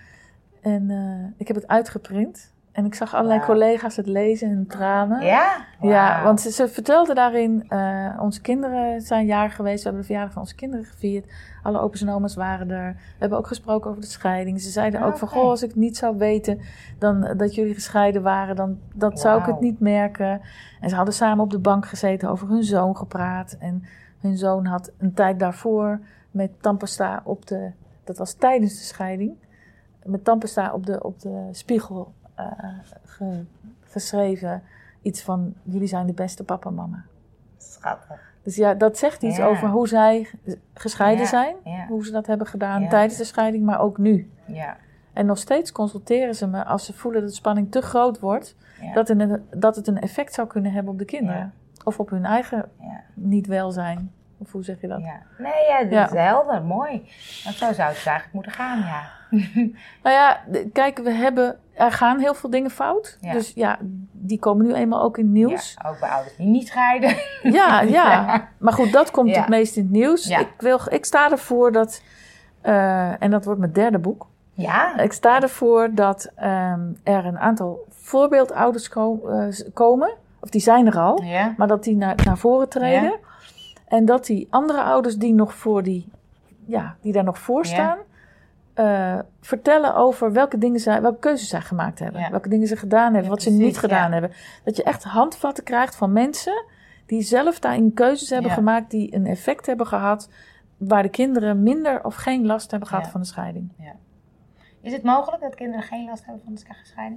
En uh, ik heb het uitgeprint. En ik zag allerlei wow. collega's het lezen en tranen. Ja? Wow. Ja, want ze, ze vertelde daarin, uh, onze kinderen zijn jarig geweest. We hebben de verjaardag van onze kinderen gevierd. Alle opa's en oma's waren er. We hebben ook gesproken over de scheiding. Ze zeiden oh, ook van, okay. goh, als ik het niet zou weten dan, uh, dat jullie gescheiden waren, dan dat wow. zou ik het niet merken. En ze hadden samen op de bank gezeten, over hun zoon gepraat. En hun zoon had een tijd daarvoor met tandpasta op de, dat was tijdens de scheiding, met tandpasta op de, op de spiegel Uh, ge, geschreven iets van, jullie zijn de beste papa en mama. Schattig. Dus ja, dat zegt iets ja. over hoe zij gescheiden ja. zijn. Ja. Hoe ze dat hebben gedaan ja. tijdens de scheiding, maar ook nu. Ja. En nog steeds consulteren ze me als ze voelen dat de spanning te groot wordt. Ja. Dat, een, dat het een effect zou kunnen hebben op de kinderen. Ja. Of op hun eigen ja. niet welzijn. Of hoe zeg je dat? Ja. Nee, ja, dat ja. is helder. Mooi. Want zo zou het eigenlijk moeten gaan, ja. Nou ja, kijk, we hebben, er gaan heel veel dingen fout. Ja. Dus ja, die komen nu eenmaal ook in het nieuws. Ja, ook bij ouders die niet scheiden. Ja, ja. ja. Maar goed, dat komt ja. het meest in het nieuws. Ja. Ik, wil, ik sta ervoor dat, uh, en dat wordt mijn derde boek. Ja. Ik sta ervoor dat um, er een aantal voorbeeldouders ko- uh, komen. Of die zijn er al. Ja. Maar dat die naar, naar voren treden. Ja. En dat die andere ouders die nog voor die, ja, die daar nog voor staan. Ja. Uh, vertellen over welke dingen zij, welke keuzes zij gemaakt hebben. Ja. Welke dingen ze gedaan hebben, ja, wat precies, ze niet gedaan ja. hebben. Dat je echt handvatten krijgt van mensen die zelf daarin keuzes hebben ja. gemaakt die een effect hebben gehad, waar de kinderen minder of geen last hebben gehad ja. van de scheiding. Ja. Is het mogelijk dat kinderen geen last hebben van de scheiding?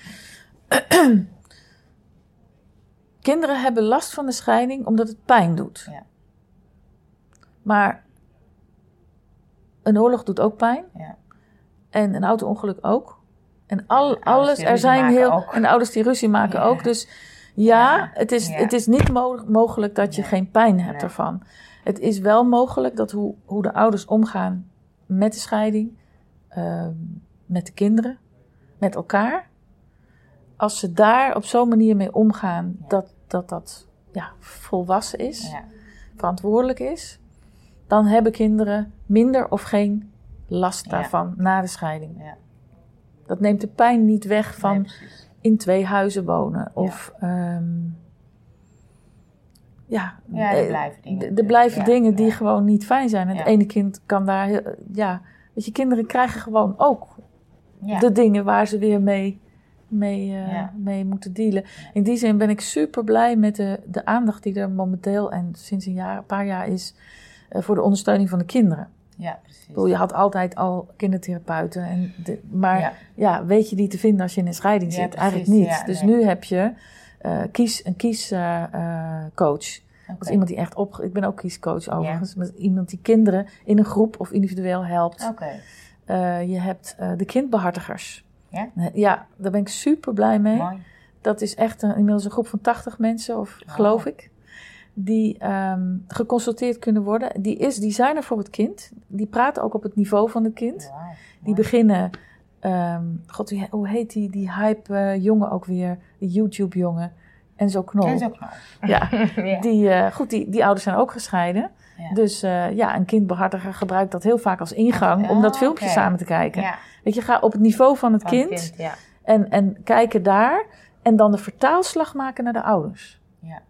Kinderen hebben last van de scheiding omdat het pijn doet. Ja. Maar een oorlog doet ook pijn. Ja. En een auto-ongeluk ook. En al, alles, er zijn heel... Ook. En de ouders die ruzie maken ja. ook. Dus ja, ja. Het, is, ja. het is niet mo- mogelijk dat je nee. geen pijn hebt nee. ervan. Het is wel mogelijk dat hoe, hoe de ouders omgaan met de scheiding, uh, met de kinderen, met elkaar. Als ze daar op zo'n manier mee omgaan, ja. dat dat, dat ja, volwassen is, ja. verantwoordelijk is, dan hebben kinderen minder of geen last daarvan ja. na de scheiding. Ja. Dat neemt de pijn niet weg van nee, in twee huizen wonen. Of ja, um, ja, ja er blijven dingen, er blijven ja, dingen die ja. gewoon niet fijn zijn. En ja. het ene kind kan daar, ja, weet je, kinderen krijgen gewoon ook ja. de dingen waar ze weer mee, mee, uh, ja. mee moeten dealen. In die zin ben ik super blij met de, de aandacht die er momenteel en sinds een, jaar, een paar jaar is uh, voor de ondersteuning van de kinderen. Ja, precies. Je had altijd al kindertherapeuten, en de, maar ja. ja, weet je die te vinden als je in een scheiding zit? Ja, precies, eigenlijk niet. Ja, dus nee. nu heb je uh, kies, een kiescoach. Uh, uh, okay. Dat is iemand die echt op. Ik ben ook kiescoach overigens. Ja. Iemand die kinderen in een groep of individueel helpt. Okay. Uh, je hebt uh, de kindbehartigers. Ja? Ja, daar ben ik super blij mee. Mooi. Dat is echt een, inmiddels een groep van tachtig mensen, of Oh. geloof ik, die um, geconsulteerd kunnen worden. Die is designer voor het kind. Die praat ook op het niveau van het kind. Wow. Die beginnen, um, god, hoe heet die, die hype uh, jongen ook weer, die YouTube jongen, Enzo Knol. Enzo Knol. Ja, ja. Die, uh, goed, die, die ouders zijn ook gescheiden. Ja. Dus uh, ja, een kindbehartiger gebruikt dat heel vaak als ingang oh, om dat filmpje okay. samen te kijken. Ja. Weet je, ga op het niveau van het Van kind, het kind ja. en, en kijken daar en dan de vertaalslag maken naar de ouders. Ja.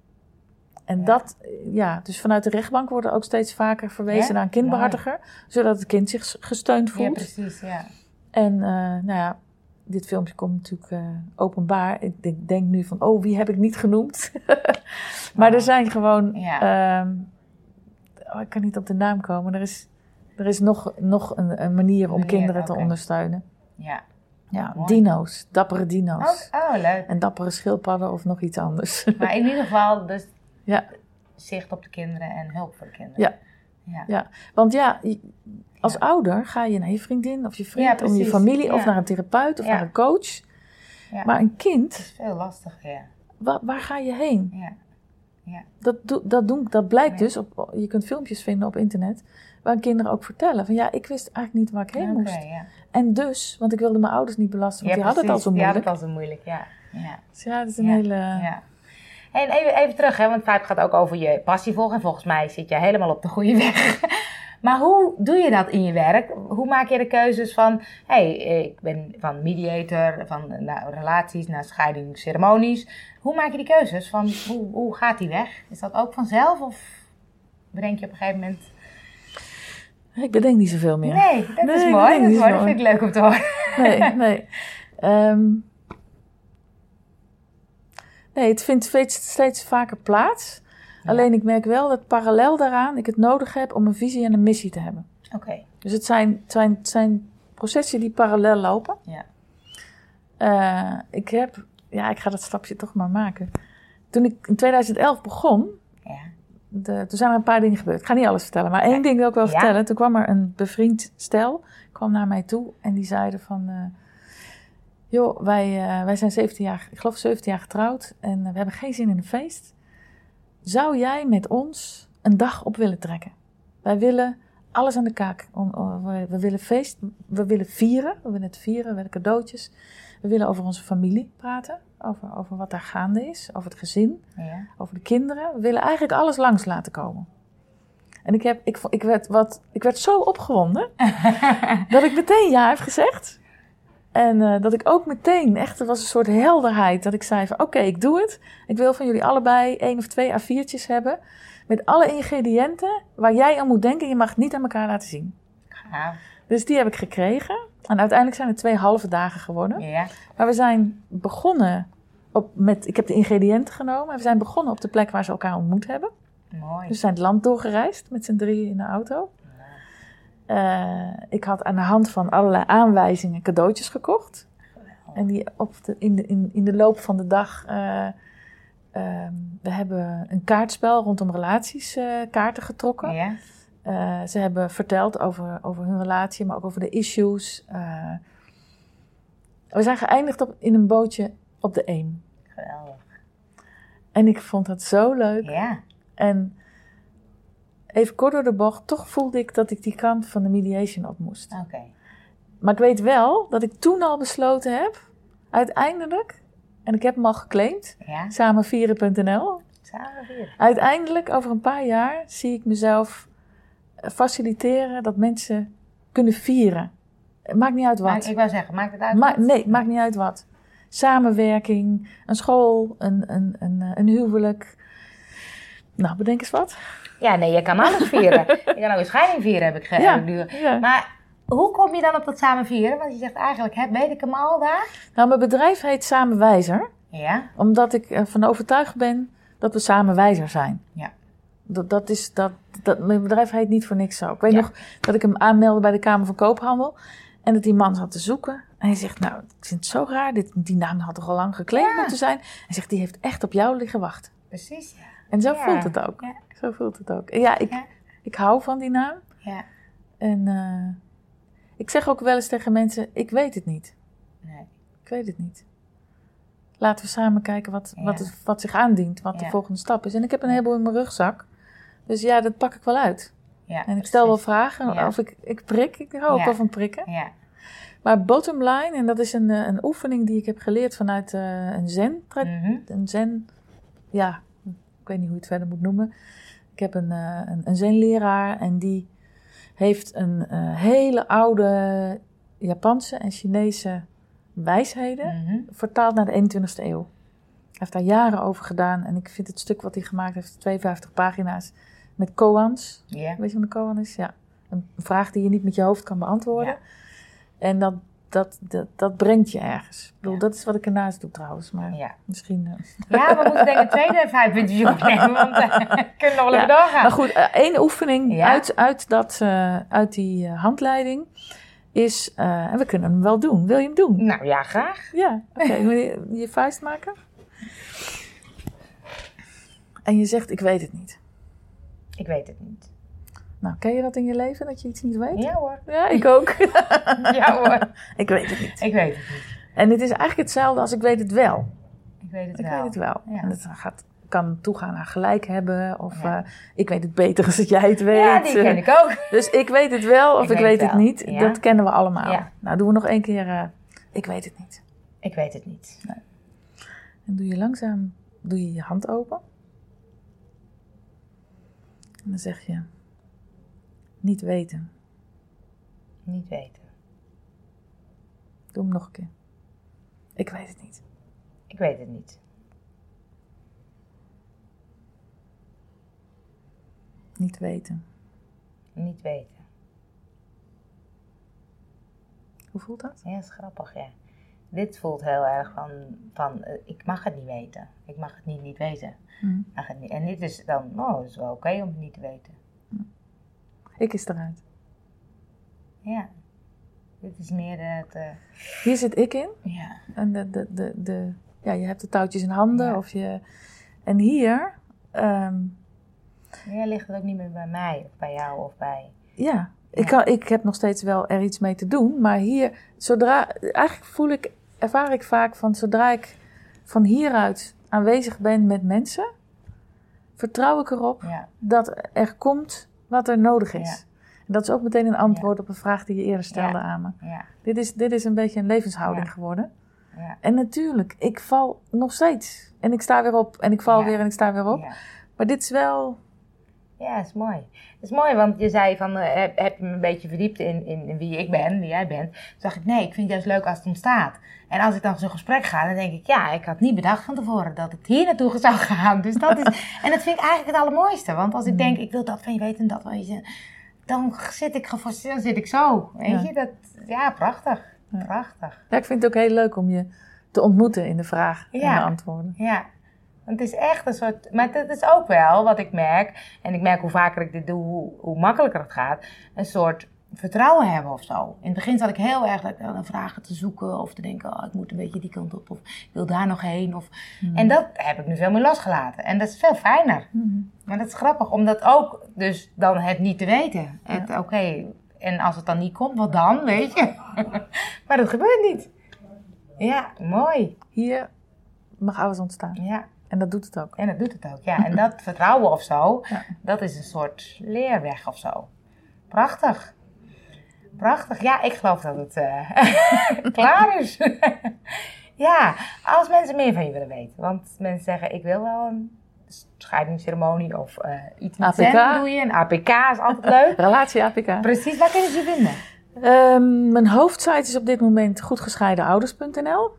En ja. dat, ja, dus vanuit de rechtbank worden ook steeds vaker verwezen ja? naar een kindbehartiger, mooi. Zodat het kind zich gesteund voelt. Ja, precies, ja. En uh, nou ja, dit filmpje komt natuurlijk uh, openbaar. Ik denk, denk nu van, oh, wie heb ik niet genoemd? maar oh. er zijn gewoon, ja. um, oh, ik kan niet op de naam komen, er is, er is nog, nog een, een manier om manier, kinderen okay. te ondersteunen. Ja. Ja, mooi. Dino's, dappere dino's. Oh, oh, leuk. En dappere schildpadden of nog iets anders. Maar in ieder geval, dus ja. zicht op de kinderen en hulp voor de kinderen. Ja, ja. ja. Want ja, als ja. ouder ga je naar je vriendin of je vriend, ja, om je familie, ja. of naar een therapeut of ja. naar een coach. Ja. Maar een kind... Dat is veel lastiger, ja. Waar, waar ga je heen? Ja. Ja. Dat, dat, doen, dat blijkt ja. dus, op, je kunt filmpjes vinden op internet, waar kinderen ook vertellen van ja, ik wist eigenlijk niet waar ik heen okay, moest. Ja. En dus, want ik wilde mijn ouders niet belasten, want ja, die hadden het al zo moeilijk. Die hadden het al zo moeilijk, ja. ja. Dus ja, dat is een ja. hele... Ja. En even, even terug, hè, want Vibe gaat ook over je passie volgen. En volgens mij zit je helemaal op de goede weg. Maar hoe doe je dat in je werk? Hoe maak je de keuzes van... Hé, hey, ik ben van mediator, van nou, relaties naar scheidingsceremonies. Hoe maak je die keuzes? Van, hoe, hoe gaat die weg? Is dat ook vanzelf? Of bedenk je op een gegeven moment... Ik bedenk niet zoveel meer. Nee, dat nee, is mooi. Dat, is mooi. Dat vind ik leuk om te horen. Nee, nee. Um, nee, het vindt steeds, steeds vaker plaats. Ja. Alleen ik merk wel dat parallel daaraan ik het nodig heb om een visie en een missie te hebben. Oké. Okay. Dus het zijn, het, zijn, het zijn processen die parallel lopen. Ja. Uh, ik heb, ja, ik ga dat stapje toch maar maken. Toen ik in tweeduizend elf begon, ja. de, toen zijn er een paar dingen gebeurd. Ik ga niet alles vertellen, maar één ja. ding wil ik wel ja. vertellen. Toen kwam er een bevriend stel, kwam naar mij toe en die zeiden van... Uh, joh, wij, uh, wij zijn zeventien jaar, ik geloof zeventien jaar getrouwd en uh, we hebben geen zin in een feest. Zou jij met ons een dag op willen trekken? Wij willen alles aan de kaak. We, we willen feest, we willen vieren, we willen het vieren, we willen cadeautjes. We willen over onze familie praten, over, over wat daar gaande is, over het gezin, ja. over de kinderen. We willen eigenlijk alles langs laten komen. En ik, heb, ik, ik, werd, wat, ik werd zo opgewonden dat ik meteen ja heb gezegd. En uh, dat ik ook meteen, echt, er was een soort helderheid, dat ik zei van oké, okay, ik doe het. Ik wil van jullie allebei één of twee A viertjes hebben met alle ingrediënten waar jij aan moet denken. Je mag het niet aan elkaar laten zien. Ja. Dus die heb ik gekregen. En uiteindelijk zijn het twee halve dagen geworden. Ja. Maar we zijn begonnen op, met, ik heb de ingrediënten genomen. En we zijn begonnen op de plek waar ze elkaar ontmoet hebben. Mooi. Dus we zijn het land doorgereisd met z'n drieën in de auto. Uh, ik had aan de hand van allerlei aanwijzingen cadeautjes gekocht. Geweldig. En die op de, in, de, in, in de loop van de dag... Uh, uh, we hebben een kaartspel rondom relaties uh, kaarten getrokken. Ja. Uh, ze hebben verteld over, over hun relatie, maar ook over de issues. Uh, we zijn geëindigd op, in een bootje op de Eem. Geweldig. En ik vond dat zo leuk. Ja. En... even kort door de bocht, toch voelde ik dat ik die kant van de mediation op moest. Oké. Okay. Maar ik weet wel dat ik toen al besloten heb, uiteindelijk, en ik heb hem al geclaimd, ja. samenvieren punt n l. Samenvieren. Uiteindelijk, over een paar jaar, zie ik mezelf faciliteren dat mensen kunnen vieren. Maakt niet uit wat. Maar ik wou zeggen, maakt het uit Ma- wat? Nee, maakt niet uit wat. Samenwerking, een school, een, een, een, een huwelijk. Nou, bedenk eens wat. Ja, nee, je kan alles vieren. Je kan ook een scheiding vieren, heb ik gezegd. Ja, ja. Maar hoe kom je dan op dat samen vieren? Want je zegt eigenlijk, heb, weet ik hem al daar? Nou, mijn bedrijf heet Samen Wijzer. Ja. Omdat ik ervan overtuigd ben dat we samen wijzer zijn. Ja. Dat, dat is, dat, dat, mijn bedrijf heet niet voor niks zo. Ik weet ja. nog dat ik hem aanmeldde bij de Kamer van Koophandel. En dat die man zat te zoeken. En hij zegt, nou, ik vind het zo raar. Dit, die naam had toch al lang geclaimd ja. moeten zijn. Hij zegt, die heeft echt op jou liggen wachten. Precies, ja. En zo ja. voelt het ook. Ja. Zo voelt het ook. Ja, ik, ja. ik hou van die naam. Ja. En uh, ik zeg ook wel eens tegen mensen, ik weet het niet. Nee. Ik weet het niet. Laten we samen kijken wat, Ja. wat, het, wat zich aandient, wat Ja. de volgende stap is. En ik heb een heleboel in mijn rugzak. Dus ja, dat pak ik wel uit. Ja, En ik stel wel precies. vragen, Ja. of ik, ik prik. Ik hou ook Ja. wel van prikken. Ja. Maar bottom line, en dat is een, eh, een oefening die ik heb geleerd vanuit uh, een zen. Mhm. Een zen, ja, ik weet niet hoe je het verder moet noemen. Ik heb een, uh, een, een zenleraar en die heeft een uh, hele oude Japanse en Chinese wijsheden Mhm. vertaald naar de eenentwintigste eeuw. Hij heeft daar jaren over gedaan en ik vind het stuk wat hij gemaakt heeft, tweeënvijftig pagina's, met koans. Ja. Weet je wat een koan is? Ja. Een vraag die je niet met je hoofd kan beantwoorden. Ja. En dat, dat, dat, dat brengt je ergens. Ik bedoel, Ja. dat is wat ik ernaast doe trouwens. Maar Ja. misschien... Uh... Ja, we moeten denk ik een tweede vijf interview opnemen, want uh, we kunnen nog wel even Ja. doorgaan. Maar goed, uh, één oefening Ja. uit, uit, dat, uh, uit die uh, handleiding is... Uh, en we kunnen hem wel doen. Wil je hem doen? Nou ja, graag. Ja, oké. Okay. Wil je je vuist maken? En je zegt, ik weet het niet. Ik weet het niet. Nou, ken je dat in je leven, dat je iets niet weet? Ja hoor. Ja, ik ook. Ja hoor. Ik weet het niet. Ik weet het niet. En het is eigenlijk hetzelfde als ik weet het wel. Ik weet het Ik wel. weet het wel. Ja. En het gaat, kan toegaan naar gelijk hebben. Of Ja. uh, ik weet het beter als dat jij het weet. Ja, die ken ik ook. Dus ik weet het wel of ik, Ik weet, weet het wel. niet. Ja. Dat kennen we allemaal. Ja. Nou, doen we nog één keer. Uh, ik weet het niet. Ik weet het niet. Nee. En doe je langzaam doe je, je hand open. En dan zeg je... Niet weten. Niet weten. Doe hem nog een keer. Ik weet het niet. Ik weet het niet. Niet weten. Niet weten. Hoe voelt dat? Ja, dat is grappig, ja. Dit voelt heel erg van, van uh, ik mag het niet weten. Ik mag het niet niet weten. Mm. Mag het niet. En dit is dan, oh, het is wel oké om het niet te weten. Ik is eruit. Ja. Dit is meer het... Uh, Hier zit ik in. ja. En de, de, de, de, ja, je hebt de touwtjes in handen. Ja. Of je, en hier... Um, ja, ligt het ook niet meer bij mij of bij jou of bij... Ja, Ja. Ik, kan, ik heb nog steeds wel er iets mee te doen. Maar hier, zodra... Eigenlijk voel ik, ervaar ik vaak van zodra ik van hieruit aanwezig ben met mensen... Vertrouw ik erop Ja. dat er komt wat er nodig is. Ja. En dat is ook meteen een antwoord ja. op een vraag die je eerder stelde ja. aan me. Ja. Dit is, dit is een beetje een levenshouding Ja. geworden. Ja. En natuurlijk, ik val nog steeds. En ik sta weer op en ik val Ja. weer en ik sta weer op. Ja. Maar dit is wel... Ja, dat is mooi. Het is mooi, want je zei van, uh, heb, heb je me een beetje verdiept in, in, in wie ik ben, wie jij bent. Toen dacht ik, nee, ik vind het juist leuk als het ontstaat. En als ik dan zo'n gesprek ga, dan denk ik, ja, ik had niet bedacht van tevoren dat het hier naartoe zou gaan. Dus dat is, en dat vind ik eigenlijk het allermooiste. Want als ik denk, ik wil dat van je weten en dat van je, dan zit ik geforceerd, dan zit ik zo. Weet Ja. je, dat, ja, prachtig. Ja. Prachtig. Ja, ik vind het ook heel leuk om je te ontmoeten in de vraag en Ja. de antwoorden. Ja. Want het is echt een soort... Maar dat is ook wel wat ik merk. En ik merk hoe vaker ik dit doe, hoe, hoe makkelijker het gaat. Een soort vertrouwen hebben of zo. In het begin zat ik heel erg naar vragen te zoeken. Of te denken, oh, ik moet een beetje die kant op. Of ik wil daar nog heen. Of... Hmm. En dat heb ik nu veel meer losgelaten. En dat is veel fijner. Hmm. Maar dat is grappig. Omdat ook dus dan het niet te weten. Het, Oké. Okay. En als het dan niet komt, wat dan? Weet je. Maar dat gebeurt niet. Ja, mooi. Hier mag alles ontstaan. Ja. En dat doet het ook. En dat doet het ook, ja. En dat vertrouwen of zo, Ja. dat is een soort leerweg of zo. Prachtig. Prachtig. Ja, ik geloof dat het uh, klaar is. Ja, als mensen meer van je willen weten. Want mensen zeggen, ik wil wel een scheidingsceremonie of uh, iets met A P K. zen doe je. Een A P K is altijd leuk. Relatie A P K. Precies, waar kunnen ze je vinden? Um, mijn hoofdsite is op dit moment goedgescheidenouders punt n l.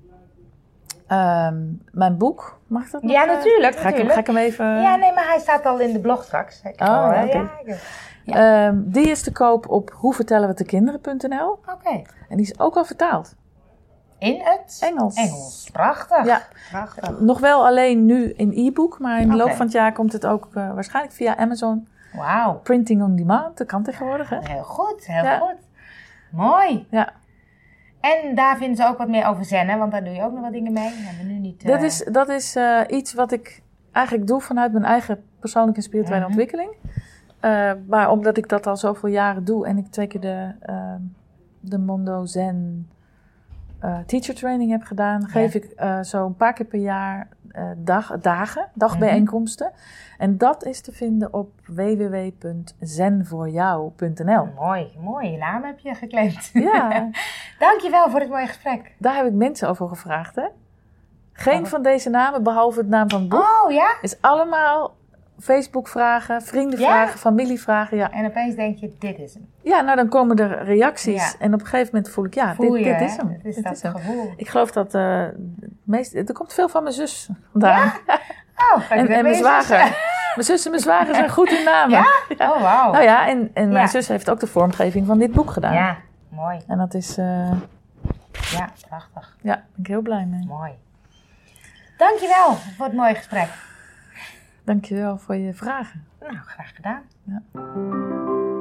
Um, mijn boek, mag ik dat nog? Ja, uh, natuurlijk. Ga ik, hem, ga ik hem even... Ja, nee, maar hij staat al in de blog straks. Ik Oh, al, oké. ja, ja. Um, die is te koop op hoevertellen we het de kinderen punt n l. Oké. Okay. En die is ook al vertaald. In het? Engels. Engels. Prachtig. Ja. Prachtig. Nog wel alleen nu in e-book, maar in de Okay. loop van het jaar komt het ook uh, waarschijnlijk via Amazon. Wauw. Printing on demand, dat kan tegenwoordig, hè? Heel goed, heel Ja. goed. Mooi. Ja. En daar vinden ze ook wat meer over zen, hè? Want daar doe je ook nog wat dingen mee. We hebben nu niet... Uh... Dat is, dat is uh, iets wat ik eigenlijk doe vanuit mijn eigen persoonlijke en spirituele Mm-hmm. ontwikkeling. Uh, maar omdat ik dat al zoveel jaren doe en ik twee keer de, uh, de Mondo Zen uh, teacher training heb gedaan, geef Ja. ik uh, zo een paar keer per jaar uh, dag, dagen, dagbijeenkomsten. Mm-hmm. En dat is te vinden op w w w punt zen voor jou punt n l. Mooi, mooi. Je naam heb je geclaimd. Ja. Dankjewel voor het mooie gesprek. Daar heb ik mensen over gevraagd, hè? Geen oh. van deze namen, behalve het naam van het boek. Oh, ja? Is allemaal Facebook-vragen, vriendenvragen, ja? familievragen. Ja. En opeens denk je, dit is hem. Ja, nou dan komen er reacties. Ja. En op een gegeven moment voel ik, ja, voel dit, je, dit is hem. Het is dit dat is hem. gevoel. Ik geloof dat uh, meest, er komt veel van mijn zus vandaan. Ja? Oh, en, en mijn zwager. Mijn zus en mijn zwager zijn goed in namen. Ja? Ja. Oh, wauw. Nou ja, en, en mijn ja. zus heeft ook de vormgeving van dit boek gedaan. Ja, mooi. En dat is... Uh, ja, prachtig. Ja, daar ben ik heel blij mee. Mooi. Dankjewel voor het mooie gesprek. Dankjewel voor je vragen. Nou, graag gedaan. Ja.